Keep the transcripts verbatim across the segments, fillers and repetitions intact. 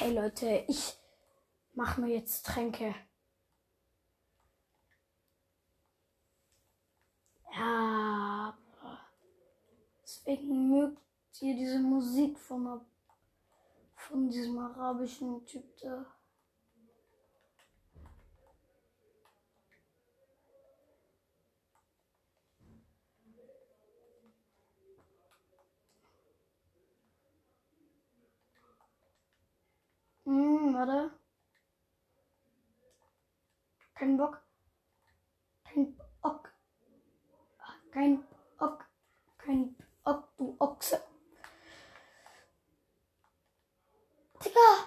Hey Leute, ich mache mir jetzt Tränke. Ja, deswegen mögt ihr diese Musik von, von diesem arabischen Typ da. Hm, warte. Kein Bock. Kein Bock. Kein Bock. Kein Bock, du Ochse. Digga.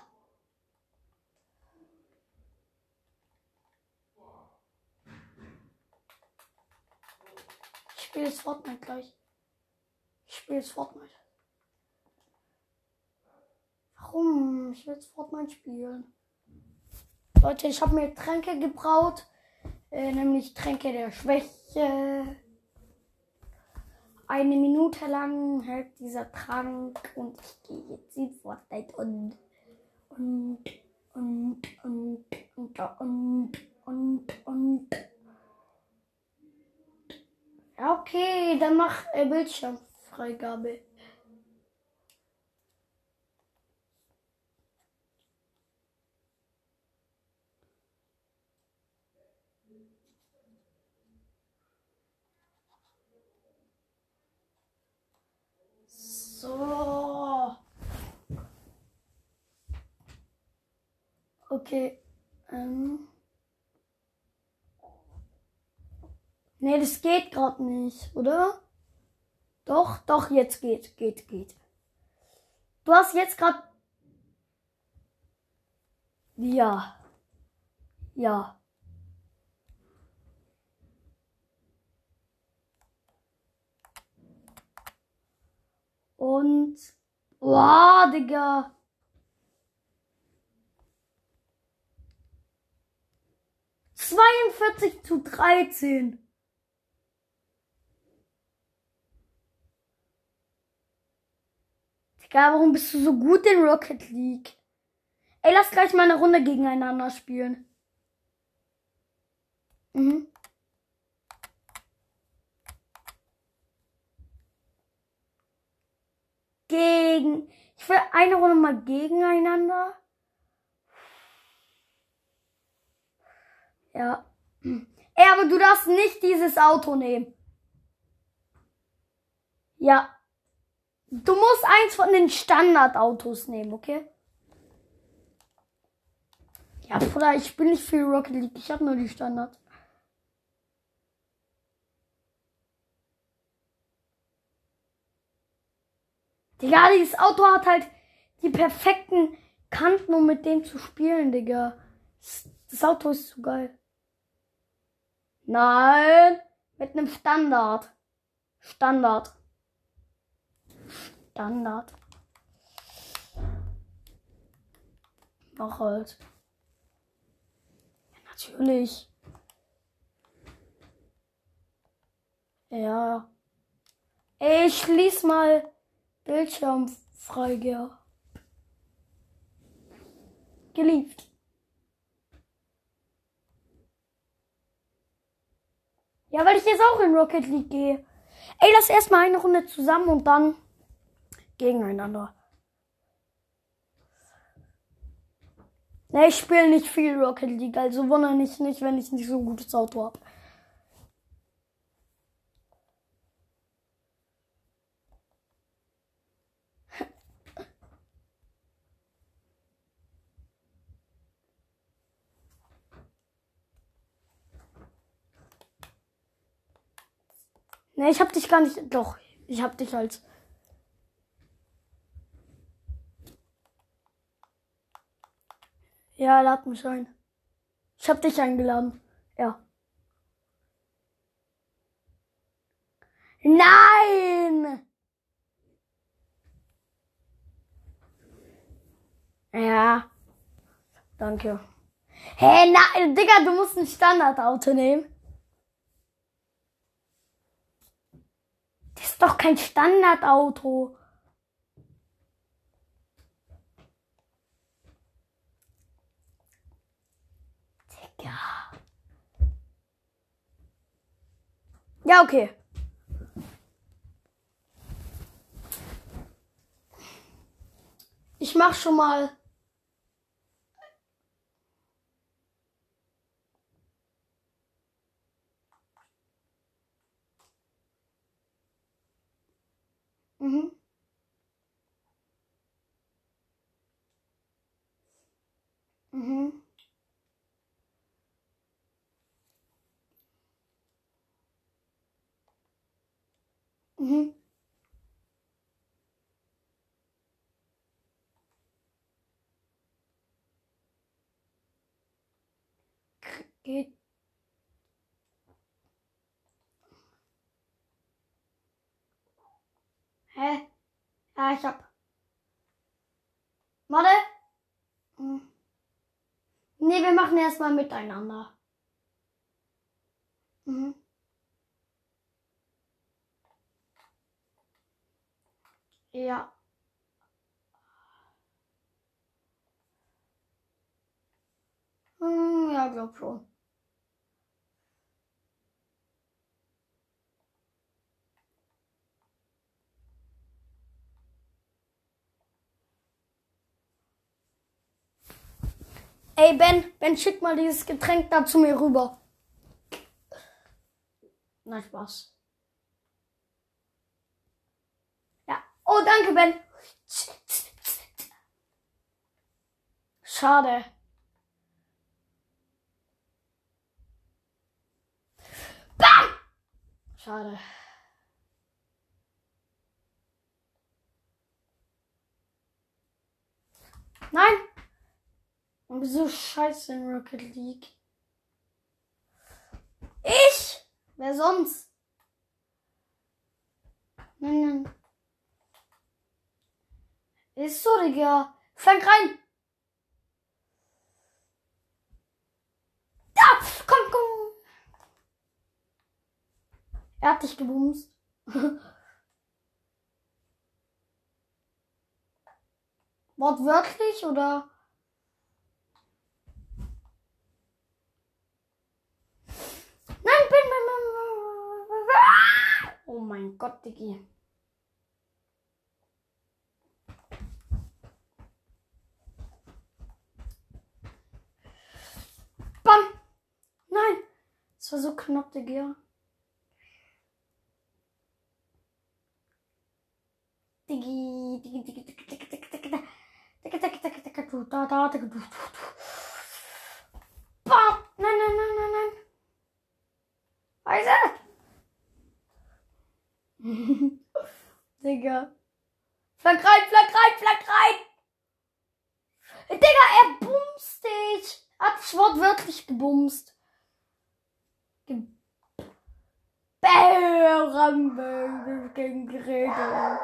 Ich spiele jetzt Fortnite gleich. Ich spiele jetzt Fortnite. Warum? Ich will jetzt Fortnite spielen. Leute, ich habe mir Tränke gebraut. Äh, nämlich Tränke der Schwäche. Eine Minute lang hält dieser Trank und ich gehe jetzt in Fortnite und und und und und und und und ja, okay, dann mach äh, Bildschirmfreigabe. So. Okay. Ähm. Nee, das geht gerade nicht, oder? Doch, doch, jetzt geht, geht, geht. Du hast jetzt gerade... Ja. Ja. Und... Wow, Digga. zweiundvierzig zu dreizehn. Digga, warum bist du so gut in Rocket League? Ey, lass gleich mal eine Runde gegeneinander spielen. Mhm. Gegen... Ich will eine Runde mal gegeneinander. Ja. Ey, aber du darfst nicht dieses Auto nehmen. Ja. Du musst eins von den Standardautos nehmen, okay? Ja, Bruder, ich bin nicht für Rocket League. Ich habe nur die Standard. Digga, dieses Auto hat halt die perfekten Kanten, um mit dem zu spielen, Digga. Das, das Auto ist so geil. Nein, mit einem Standard. Standard. Standard. Mach halt. Ja, natürlich. Ja. Ey, ich schließ mal Bildschirmfreigabe. Geliebt. Ja, weil ich jetzt auch in Rocket League gehe. Ey, lass erstmal eine Runde zusammen und dann gegeneinander. Ne, ich spiele nicht viel Rocket League, also wundere mich nicht, wenn ich nicht so ein gutes Auto habe. Ne, ich hab dich gar nicht. Doch, ich hab dich als. Ja, lad mich ein. Ich hab dich eingeladen. Ja. Nein! Ja. Danke. Hä, hey, nein, Digga, du musst ein Standardauto nehmen. Das ist doch kein Standardauto. Ja, okay. Ich mach schon mal. Mhm. Mhm. Mhm. Geht. Hä? Ja, ich hab. Warte. Hm. Nee, wir machen erstmal miteinander. Mhm. Ja. Hm, ja, glaub schon. Ey, Ben, Ben, schick mal dieses Getränk da zu mir rüber. Na, Spaß. Ja. Oh, danke, Ben. Schade. Bam! Schade. Nein! Und wieso scheiße in Rocket League? Ich? Wer sonst? Nein, nein. Ist so, Digga. Flank rein! Ja! Komm, komm! Er hat dich gebumst. Wortwörtlich oder? Nein, bin, bin, bin. Oh mein Gott, Diggi. Bam! Nein! Das war so knapp, Digga. Diggi, Diggi, Diggi, Diggi, Diggi, Diggi, Diggi, Diggi, Diggi, Diggi, Diggi, Diggi, du, da, da, Diggi, du, du, du. Bam! Nein, nein, nein, nein, nein. Weise! Digga. Flank rein, flank rein, flank rein! Digga, er bumst dich! Er hat wortwörtlich gebumst. Ge Bären gegen Geräte.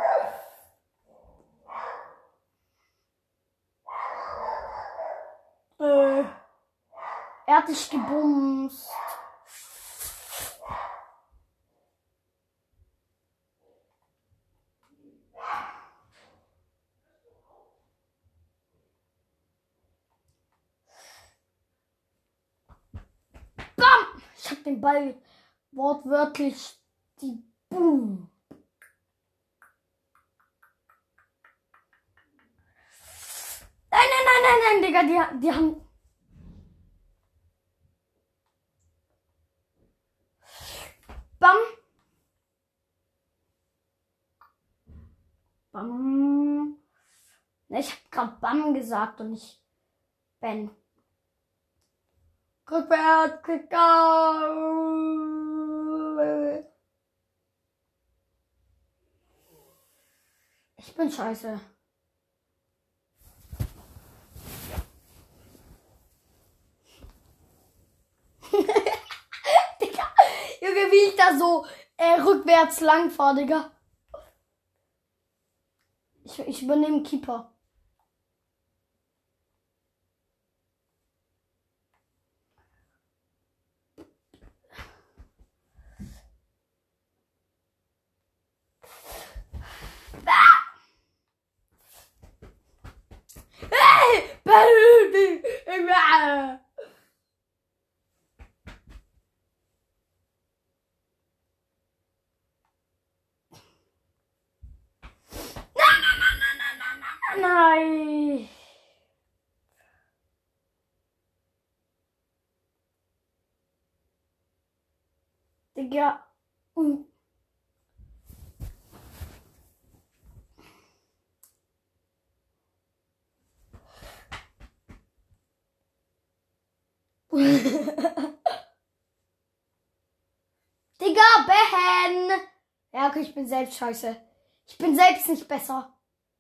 Äh, er hat dich gebumst. Bam! Ich hab den Ball wortwörtlich die Boom. Nein, nein, nein, nein, nein, Digga, die, die haben... Bam. Bam. Ich hab grad Bam gesagt und nicht Ben. Rückwärts, Kicker. Ich bin scheiße. Digga, Junge, wie ich da so äh, rückwärts lang fahre, Digga. Ich, ich übernehme Keeper. Digga. Mm. Digga, Ben! Ja, okay, ich bin selbst scheiße. Ich bin selbst nicht besser.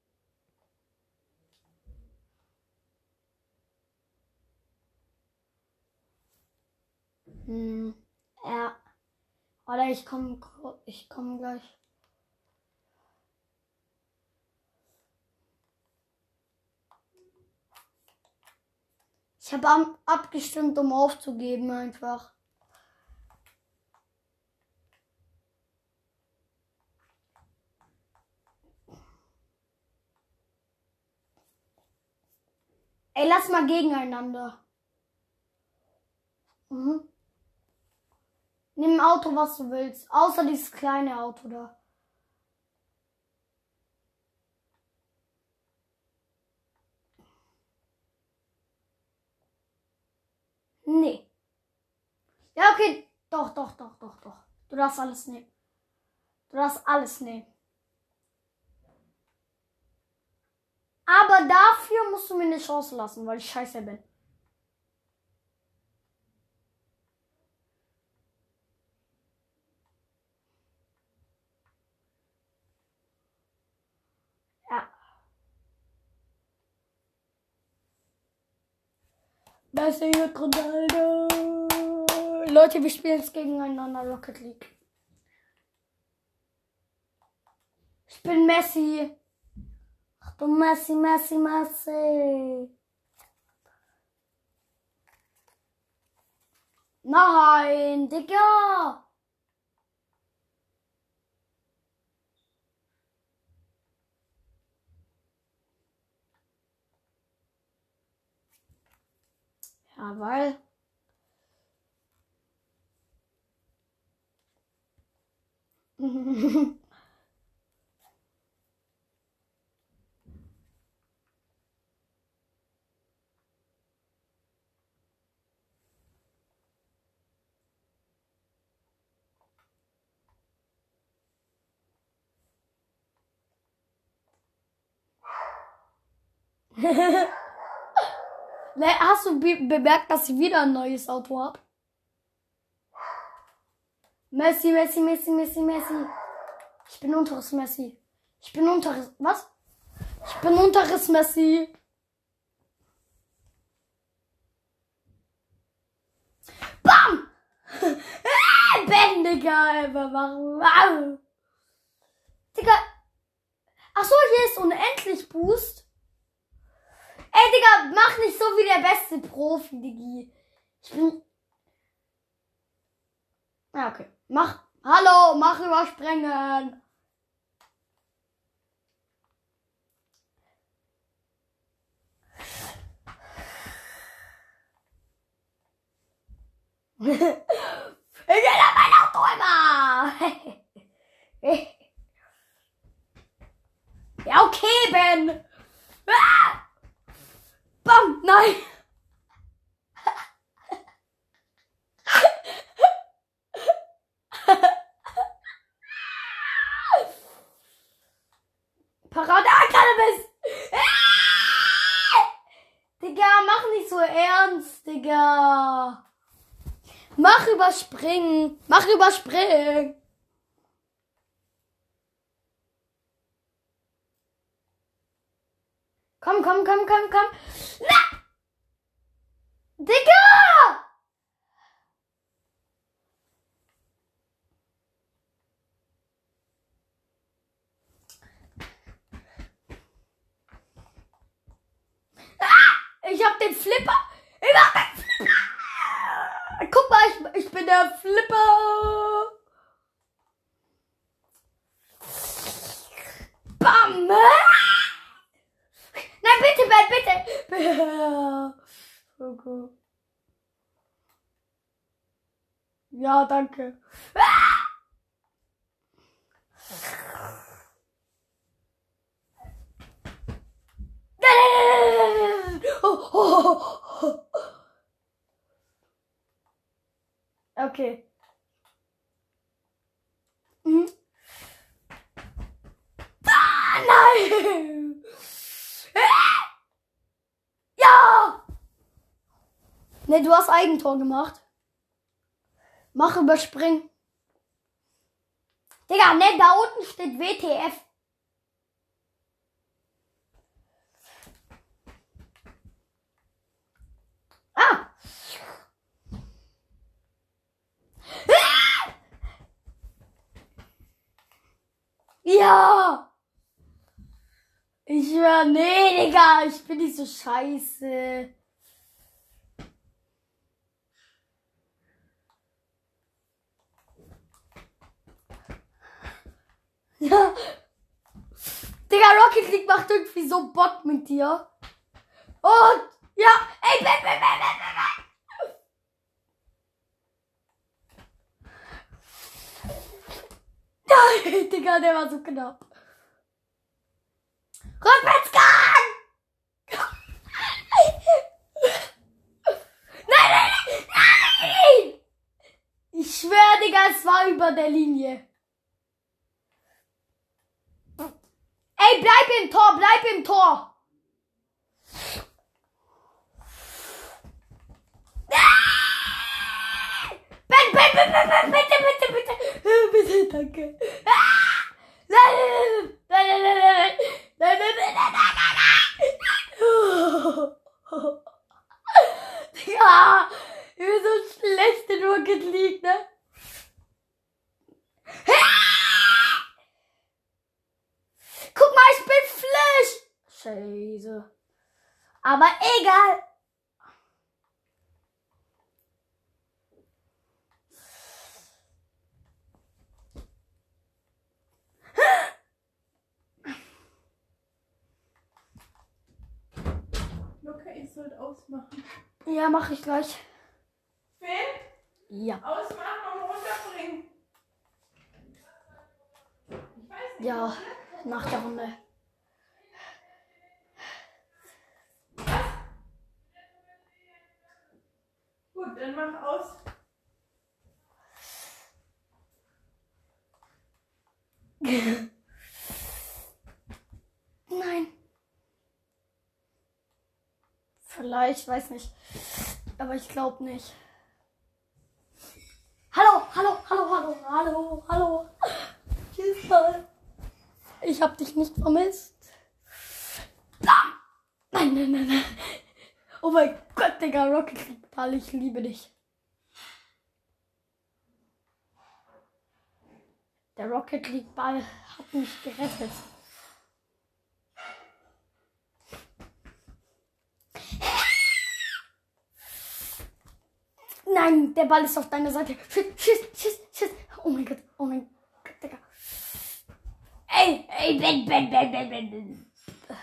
Hm, ja. Oder ich komme ich komm gleich. Ich habe abgestimmt, um aufzugeben einfach. Ey, lass mal gegeneinander. Mhm. Nimm ein Auto, was du willst. Außer dieses kleine Auto da. Nee. Ja, okay. Doch, doch, doch, doch, doch. Du darfst alles nehmen. Du darfst alles nehmen. Aber dafür musst du mir eine Chance lassen, weil ich scheiße bin. Ja. Messi und Ronaldo. Leute, wir spielen jetzt gegeneinander Rocket League. Ich bin Messi. Ach du Messi, Messi, Messi. Nein, Digga. Ja, weil... Hast du be bemerkt, dass ich wieder ein neues Auto habe? Messi, Messi, Messi, Messi, Messi. Ich bin unteres Messi. Ich bin unteres... Was? Ich bin unteres Messi. Bam! Ben, Digga. Warum? Digga. Achso, hier ist unendlich Boost. Ey, Digga, mach nicht so wie der beste Profi, Diggi. Ich bin... Ja, okay. Mach... Hallo, mach überspringen. Ich will mein Auto immer. Ja, okay, Ben. Ah! Bam, nein. Parade Cannabis. Ah! Digga, mach nicht so ernst, Digga. Mach überspringen. Mach überspringen. Komm, komm, komm, komm, komm. Na! Digga! Ah! Ich hab den Flipper. Ich hab den Flipper. Guck mal, ich, ich bin der Flipper. Bam! Nein, bitte, Ben, bitte. Okay. Ja, danke. Okay. Ja! Ne, du hast Eigentor gemacht. Mach überspringen. Digga, ne, da unten steht W T F. Ah! Ja! Ich schwör, nee, Digga, ich bin nicht so scheiße. Ja. Digga, Rocket League macht irgendwie so Bock mit dir. Und, ja, ey, ben, ben, ben, ben, ben. Nein, Digga, der war so knapp. Rückwärtsgang! Nein, nein, nein, nein! Ich schwör, Digga, es war über der Linie. Ey, bleib im Tor, bleib im Tor. Ben, Ben, Ben, Ben, Ben, bitte, bitte, bitte. Bitte, danke. Nein, nein, nein, nein, nein, nein, nein, nein, nein, nein, nein. Ja, ich bin so schlecht in Rocket League, ne? Guck mal, ich bin Flash. Scheiße. Aber egal. Okay, ich sollte ausmachen. Ja, mach ich gleich. Film? Ja. Ausmachen und runterbringen. Ich weiß nicht. Ja, nach der Runde. Gut, dann mach aus. Nein. Vielleicht, weiß nicht. Aber ich glaube nicht. Hallo, hallo, hallo, hallo, hallo, hallo. Tschüss, mal. Ich hab dich nicht vermisst. Nein, nein, nein, nein. Oh mein Gott, Digga, Rocket League Ball, ich liebe dich. Der Rocket League Ball hat mich gerettet. Nein, der Ball ist auf deiner Seite. Schiss, schiss, schiss, schiss. Oh mein Gott, oh mein Gott, Digga. Ey, ey, Ben, Ben, Ben, Ben, Ben, Ben.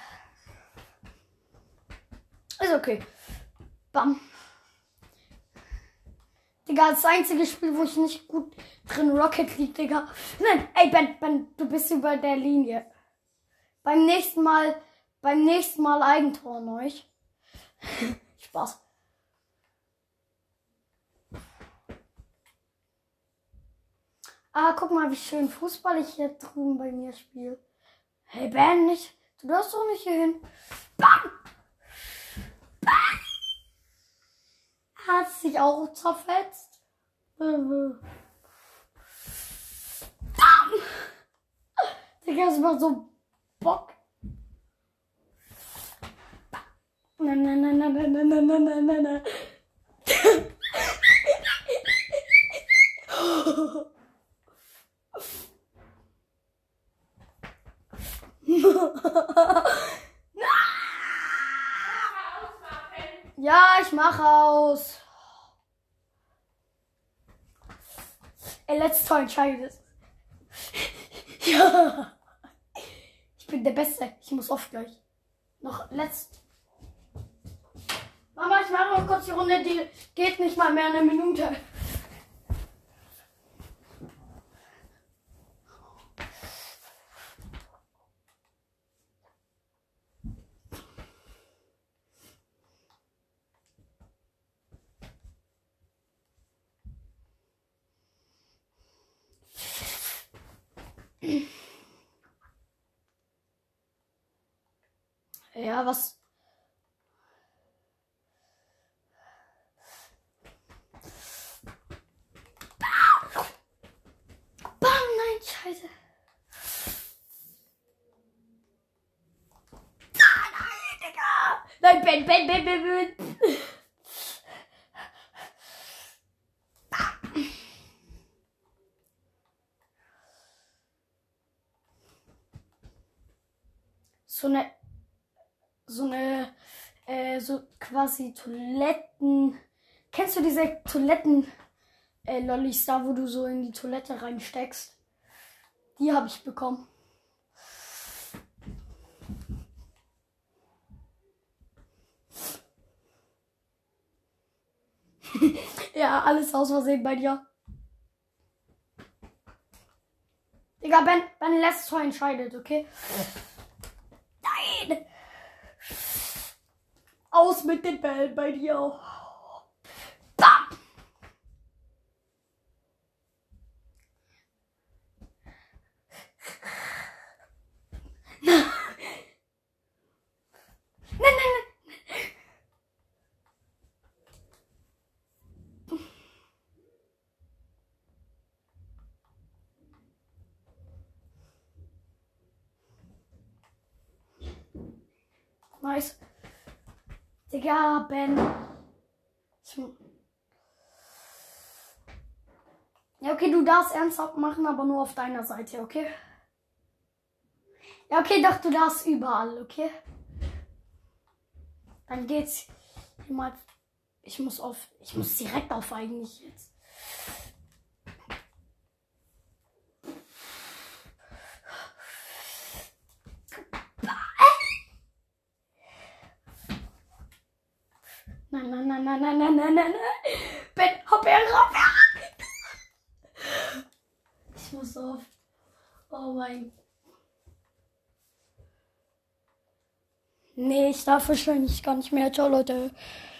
Ist okay. Bam. Digga, das einzige Spiel, wo ich nicht gut drin Rocket League, Digga. Nein, ey, Ben, Ben, du bist über der Linie. Beim nächsten Mal, beim nächsten Mal Eigentor an euch. Spaß. Ah, guck mal, wie schön Fußball ich hier drüben bei mir spiele. Hey, Ben, nicht. Du darfst doch nicht hier hin. Bam! Bam! Hat sich auch zerfetzt. Bam! Digga, das war so Bock. Nein, nein, nein, nein, nein, nein, nein, nein, nein, nein. Ja, ich mach aus. Ey, letztes Tor entscheidet. Ja. Ich bin der Beste. Ich muss oft gleich. Noch letzt. Mama, ich mache noch kurz die Runde. Die geht nicht mal mehr eine Minute. Ja, was? Bam, nein, scheiße. Ah, nein, Digga. Nein, Ben, Ben, Ben, Ben, Ben. So eine, so eine, äh, so quasi Toiletten. Kennst du diese Toiletten, äh, Lollis da, wo du so in die Toilette reinsteckst? Die habe ich bekommen. Ja, alles aus Versehen bei dir. Digga, Ben, Ben lässt so entscheidet, okay? Nein! Aus mit den Bällen bei dir. Bam! Nein, nein, nein. Nice. Digga, Ben. Ja, okay, du darfst ernsthaft machen, aber nur auf deiner Seite, okay? Ja, okay, doch, du darfst überall, okay? Dann geht's hier mal. Ich muss auf. Ich muss direkt auf eigentlich jetzt. Nein, nein, nein, nein, nein, nein, nein, nein, nein. Ben, hopp her, hopp her. Ich muss auf. Oh mein. Nee, ich darf wahrscheinlich gar nicht mehr. Ciao, Leute.